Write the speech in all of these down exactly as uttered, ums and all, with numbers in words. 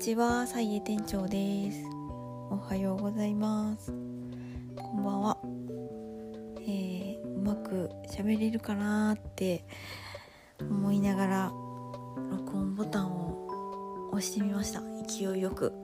ちは、さいえ店長です。おはようございます。こんばんは。えー、うまく喋れるかなって思いながら録音ボタンを押してみました。勢いよく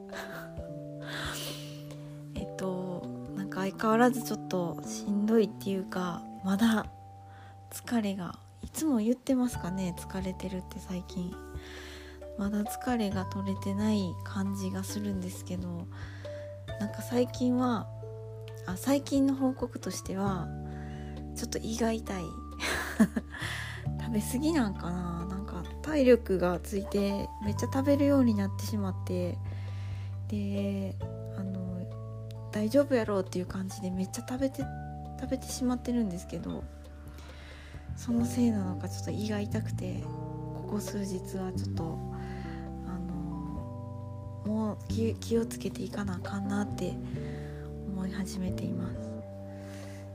えっとなんか相変わらずちょっとしんどいっていうか、まだ疲れが、いつも言ってますかね、疲れてるって最近。まだ疲れが取れてない感じがするんですけど、なんか最近はあ最近の報告としてはちょっと胃が痛い食べ過ぎなんかな、なんか体力がついてめっちゃ食べるようになってしまって、であの大丈夫やろうっていう感じでめっちゃ食べて食べてしまってるんですけど、そのせいなのかちょっと胃が痛くて、ここ数日はちょっともう 気, 気をつけていかなあかんなって思い始めています。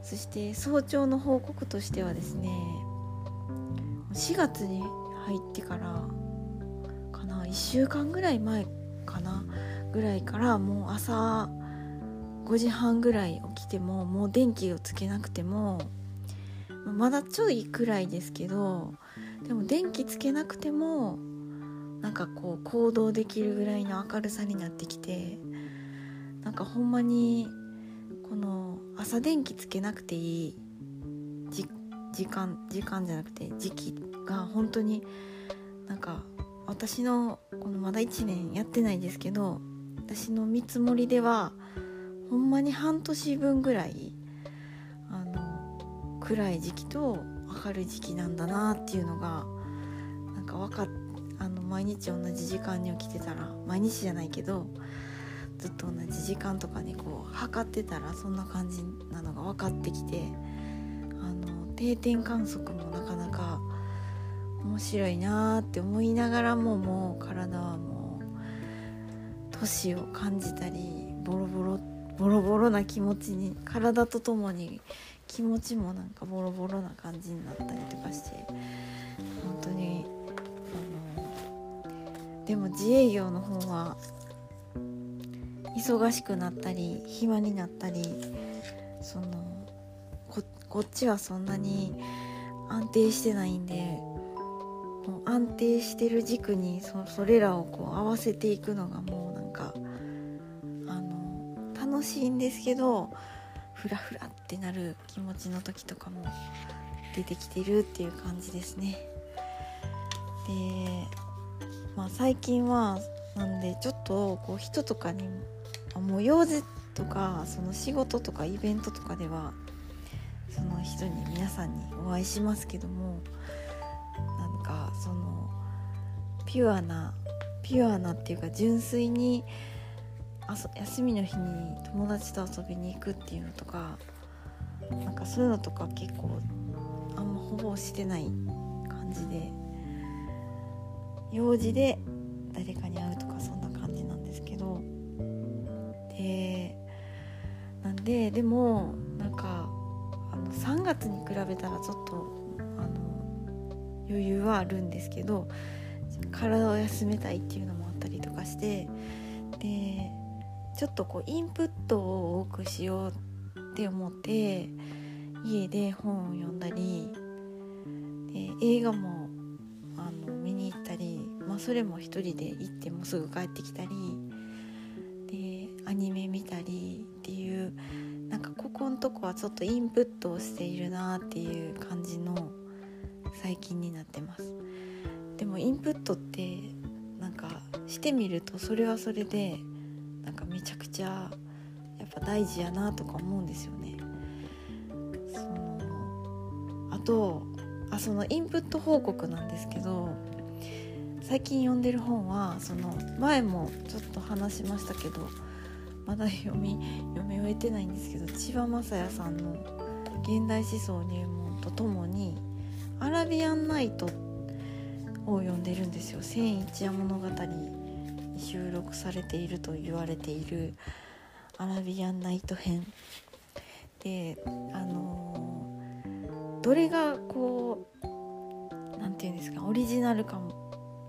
そして早朝の報告としてはですね、しがつに入ってからかな、いっしゅうかんぐらい前かなぐらいからもう朝ごじはんぐらい起きてももう電気をつけなくても、まだちょいくらいですけど、でも電気つけなくてもなんかこう行動できるぐらいの明るさになってきて、なんかほんまにこの朝電気つけなくていいじ時間時間じゃなくて時期が本当になんか私のこのまだいちねんやってないですけど、私の見積もりではほんまに半年分ぐらいあの暗い時期と明るい時期なんだなっていうのがなんか分かって、あの毎日同じ時間に起きてたら、毎日じゃないけどずっと同じ時間とかにこう測ってたらそんな感じなのが分かってきて、あの定点観測もなかなか面白いなって思いながらも、もう体はもう年を感じたり、ボロボロボロボロな気持ちに、体とともに気持ちもなんかボロボロな感じになったりとかして、本当にでも自営業の方は忙しくなったり暇になったり、その こ, こっちはそんなに安定してないんで、もう安定してる軸に そ, それらをこう合わせていくのがもうなんかあの楽しいんですけど、フラフラってなる気持ちの時とかも出てきてるっていう感じですね。でまあ、最近はなんでちょっとこう人とかにもう用事とかその仕事とかイベントとかではその人に皆さんにお会いしますけども、なんかそのピュアなピュアなっていうか純粋にあそ休みの日に友達と遊びに行くっていうのとか、なんかそういうのとか結構あんまほぼしてない感じで、用事で誰かに会うとかそんな感じなんですけど、でなんででもなんかあのさんがつに比べたらちょっとあの余裕はあるんですけど、体を休めたいっていうのもあったりとかして、でちょっとこうインプットを多くしようって思って家で本を読んだり、で映画もあの見に行ったり、まあ、それも一人で行ってもすぐ帰ってきたりで、アニメ見たりっていう、なんかここのとこはちょっとインプットをしているなっていう感じの最近になってます。でもインプットってなんかしてみるとそれはそれでなんかめちゃくちゃやっぱ大事やなとか思うんですよね。そのあとあそのインプット報告なんですけど、最近読んでる本はその前もちょっと話しましたけど、まだ読み読み終えてないんですけど、千葉雅也さんの現代思想入門とともにアラビアンナイトを読んでるんですよ。千一夜物語に収録されていると言われているアラビアンナイト編で、あのー、どれがこうなんていうんですか、オリジナルかも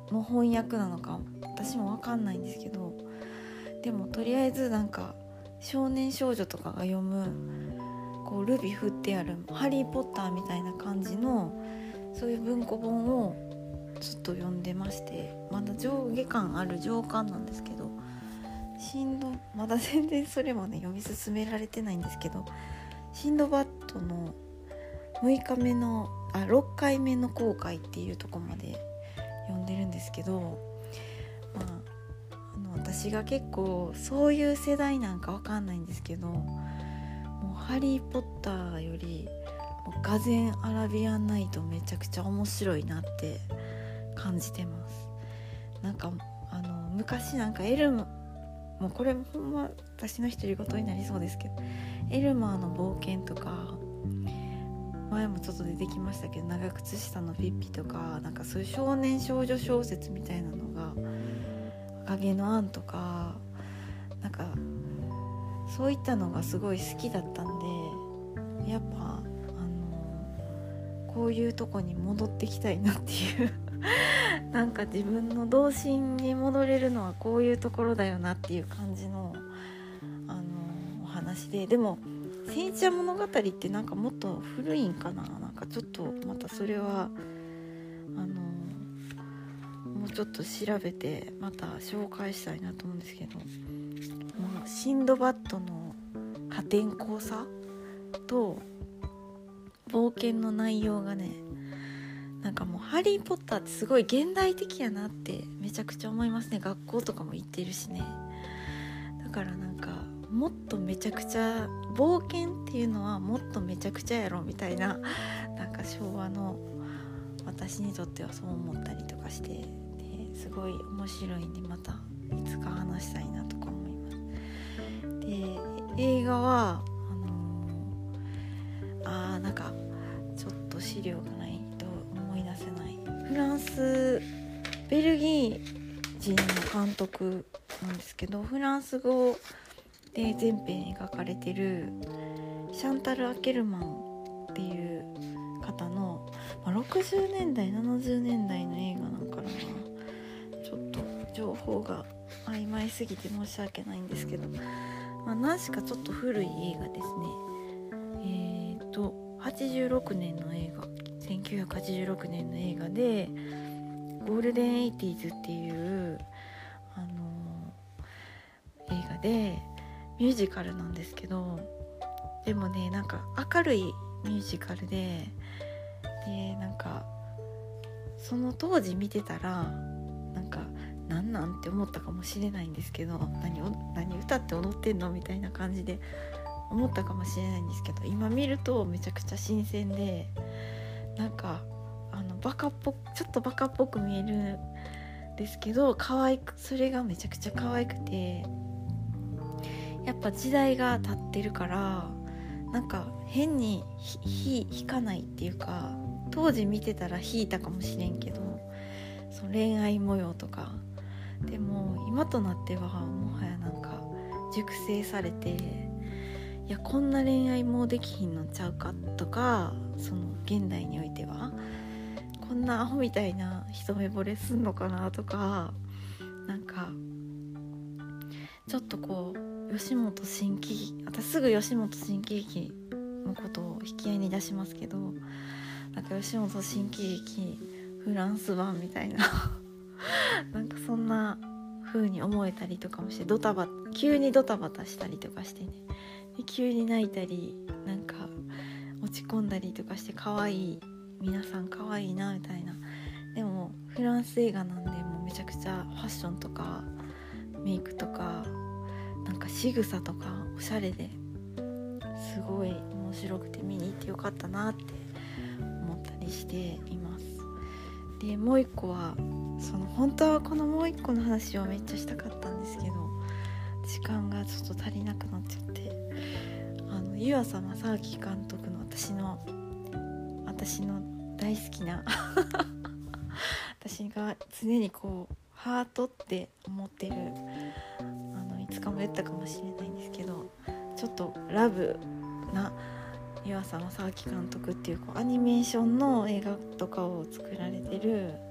の翻訳なのか私も分かんないんですけど、でもとりあえずなんか少年少女とかが読むこうルビ振ってあるハリーポッターみたいな感じのそういう文庫本をずっと読んでまして、まだ上下巻ある上巻なんですけど、シンドまだ全然それもね読み進められてないんですけど、シンドバッドのむいかめのあろっかいめの航海っていうとこまで読んでるんですけど、まあ、あの私が結構そういう世代なんかわかんないんですけど、もうハリーポッターよりもうガゼンアラビアンナイトめちゃくちゃ面白いなって感じてます。なんかあの昔なんかエルマもうこれほんま私の独り言になりそうですけど、エルマーの冒険とか前もちょっと出てきましたけど、長靴下のピッピとかなんかそういう少年少女小説みたいなのが影のアンとかなんかそういったのがすごい好きだったんで、やっぱあのこういうとこに戻ってきたいなっていうなんか自分の童心に戻れるのはこういうところだよなっていう感じの、あのお話で、でも戦車物語ってなんかもっと古いんかな、なんかちょっとまたそれはあのもうちょっと調べてまた紹介したいなと思うんですけど、もうシンドバッドの破天荒さと冒険の内容がね、なんかもうハリーポッターってすごい現代的やなってめちゃくちゃ思いますね。学校とかも行ってるしね。だからなんかもっとめちゃくちゃ冒険っていうのはもっとめちゃくちゃやろみたいな、なんか昭和の私にとってはそう思ったりとかして、ですごい面白いんでまたいつか話したいなとか思います。で映画はあのー、あーなんかちょっと資料がないと思い出せない。フランスベルギー人の監督なんですけど、フランス語で全編描かれてるシャンタル・アケルマンっていう方の、まあ、ろくじゅうねんだいななじゅうねんだいの映画なんかな、ちょっと情報が曖昧すぎて申し訳ないんですけど、まあ、何しかちょっと古い映画ですね。えーとはちじゅうろくねんの映画、せんきゅうひゃくはちじゅうろくねんの映画でゴールデンエイティーズっていうあのー、映画でミュージカルなんですけど、でもねなんか明るいミュージカルで、でなんかその当時見てたらなんかなんなんって思ったかもしれないんですけど、何を何歌って踊ってんのみたいな感じで思ったかもしれないんですけど、今見るとめちゃくちゃ新鮮で、なんかあのバカっぽちょっとバカっぽく見えるんですけど、可愛くそれがめちゃくちゃ可愛くて、やっぱ時代が経ってるからなんか変にひ引かないっていうか、当時見てたら引いたかもしれんけど、その恋愛模様とかでも今となってはもはやなんか熟成されて、いやこんな恋愛もできひんのちゃうかとか、その現代においてはこんなアホみたいな一目惚れすんのかなとか、なんかちょっとこう吉本新喜劇、私すぐ吉本新喜劇のことを引き合いに出しますけど、なんか吉本新喜劇フランス版みたいななんかそんな風に思えたりとかもして、ドタバ急にドタバタしたりとかしてね、で急に泣いたりなんか落ち込んだりとかして、可愛い皆さん可愛いなみたいな。でもフランス映画なんでもうめちゃくちゃファッションとかメイクとかなんか仕草とかおしゃれですごい面白くて見に行ってよかったなって思ったりしています。でもう一個はその本当はこのもう一個の話をめっちゃしたかったんですけど、時間がちょっと足りなくなっちゃって、あの湯浅正明監督の私の私の大好きな私が常にこうハートって思ってる、あのいつかも言ったかもしれないんですけど、ちょっとラブな湯浅正明監督っていう、こうアニメーションの映画とかを作られてる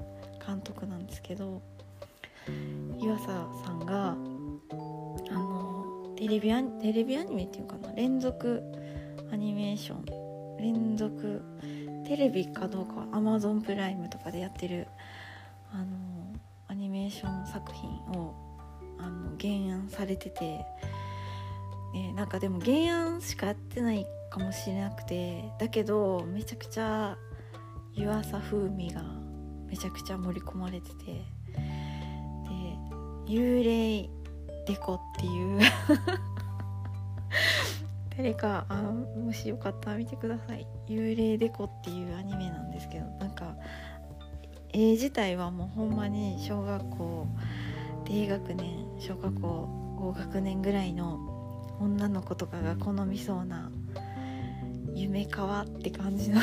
監督なんですけど、湯浅さんがあのテレビアニテレビアニメっていうかな、連続アニメーション、連続テレビかどうかは Amazon プライムとかでやってるあのアニメーション作品をあの原案されてて、ね、なんかでも原案しかやってないかもしれなくて、だけどめちゃくちゃ湯浅風味がめちゃくちゃ盛り込まれてて、で幽霊デコっていう誰かあもしよかったら見てください。幽霊デコっていうアニメなんですけど、なんか絵自体はもうほんまに小学校低学年、小学校高学年ぐらいの女の子とかが好みそうな夢かわって感じの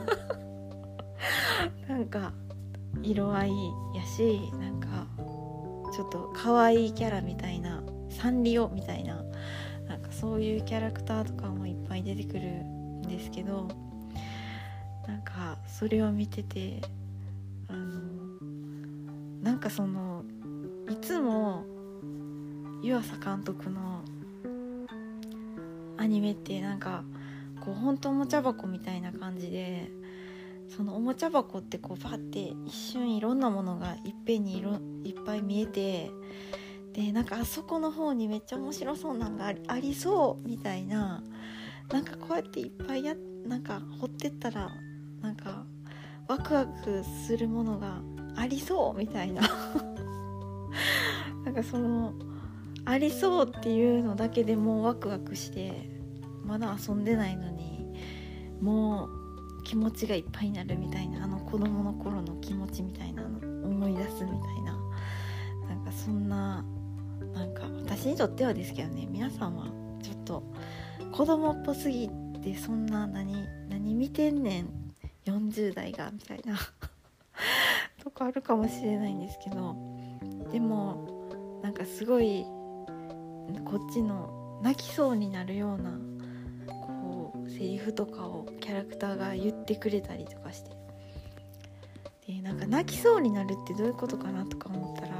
なんか色合いやし、なんかちょっと可愛いキャラみたいな、サンリオみたいな、なんかそういうキャラクターとかもいっぱい出てくるんですけど、なんかそれを見てて、あのなんかそのいつも湯浅監督のアニメってなんかこうほんとおもちゃ箱みたいな感じで、そのおもちゃ箱ってこうパッて一瞬いろんなものがいっぺんにいろいっぱい見えて、でなんかあそこの方にめっちゃ面白そうなのがあ り, ありそうみたいな、なんかこうやっていっぱいやなんか掘ってったらなんかワクワクするものがありそうみたいななんかそのありそうっていうのだけでもうワクワクして、まだ遊んでないのにもう気持ちがいっぱいになるみたいな、あの子供の頃の気持ちみたいなの思い出すみたいな、なんかそんな、なんか私にとってはですけどね、皆さんはちょっと子供っぽすぎてそんな何何見てんねんよんじゅう代がみたいなとこあるかもしれないんですけど、でもなんかすごいこっちの泣きそうになるようなこうセリフとかをキャラクターが言ってくれたりとかして、でなんか泣きそうになるってどういうことかなとか思ったら、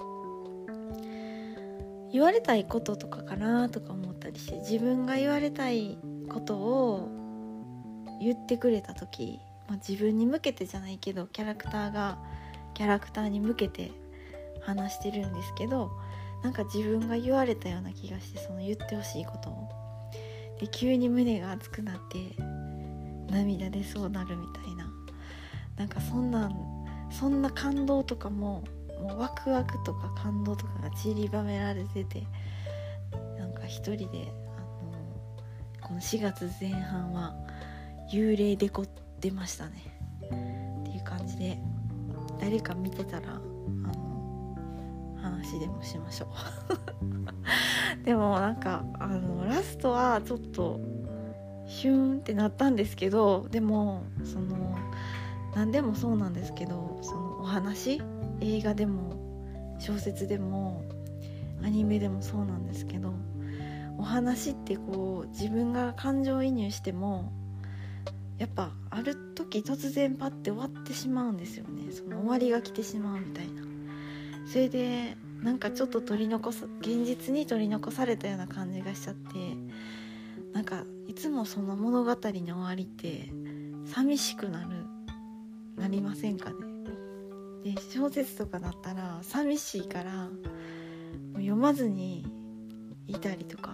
言われたいこととかかなとか思ったりして、自分が言われたいことを言ってくれた時、まあ、自分に向けてじゃないけどキャラクターがキャラクターに向けて話してるんですけど、なんか自分が言われたような気がして、その言ってほしいことをで急に胸が熱くなって涙出そうなるみたいな、なんかそんなんそんな感動とかももうワクワクとか感動とかが散りばめられてて、なんか一人であのこのしがつぜん半は幽霊デコってましたねっていう感じで、誰か見てたらあの話でもしましょうでもなんかあのラストはちょっとヒューンってなったんですけど、でもその何でもそうなんですけど、そのお話、映画でも小説でもアニメでもそうなんですけど、お話ってこう自分が感情移入してもやっぱある時突然パッて終わってしまうんですよね。その終わりが来てしまうみたいな。それでなんかちょっと取り残さ現実に取り残されたような感じがしちゃって、なんかいつもその物語の終わりって寂しくなるなりませんかね。で小説とかだったら寂しいからもう読まずにいたりとか、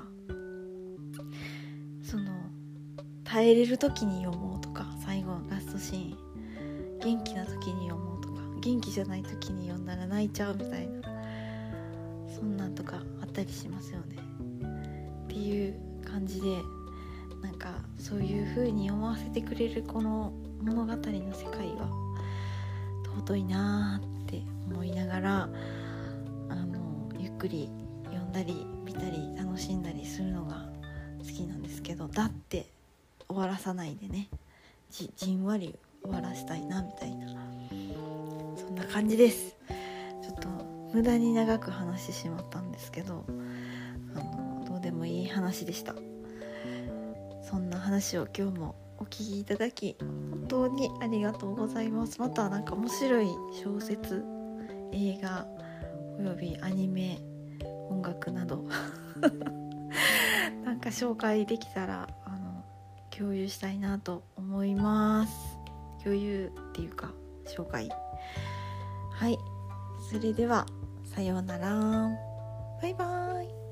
その耐えれる時に読もうとか、最後ラストシーン元気な時に読もうとか、元気じゃない時に読んだら泣いちゃうみたいな、そんなんとかあったりしますよねっていう感じで、なんかそういう風に読ませてくれるこの物語の世界は尊いなって思いながら、あのゆっくり読んだり見たり楽しんだりするのが好きなんですけど、だって終わらさないでね、 じ, じんわり終わらせたいなみたいな、そんな感じです。ちょっと無駄に長く話してしまったんですけど、あのどうでもいい話でした。そんな話を今日もお聞きいただき本当にありがとうございます。またなんか面白い小説、映画およびアニメ、音楽などなんか紹介できたらあの共有したいなと思います。共有っていうか紹介。はい、それではさようなら。バイバイ。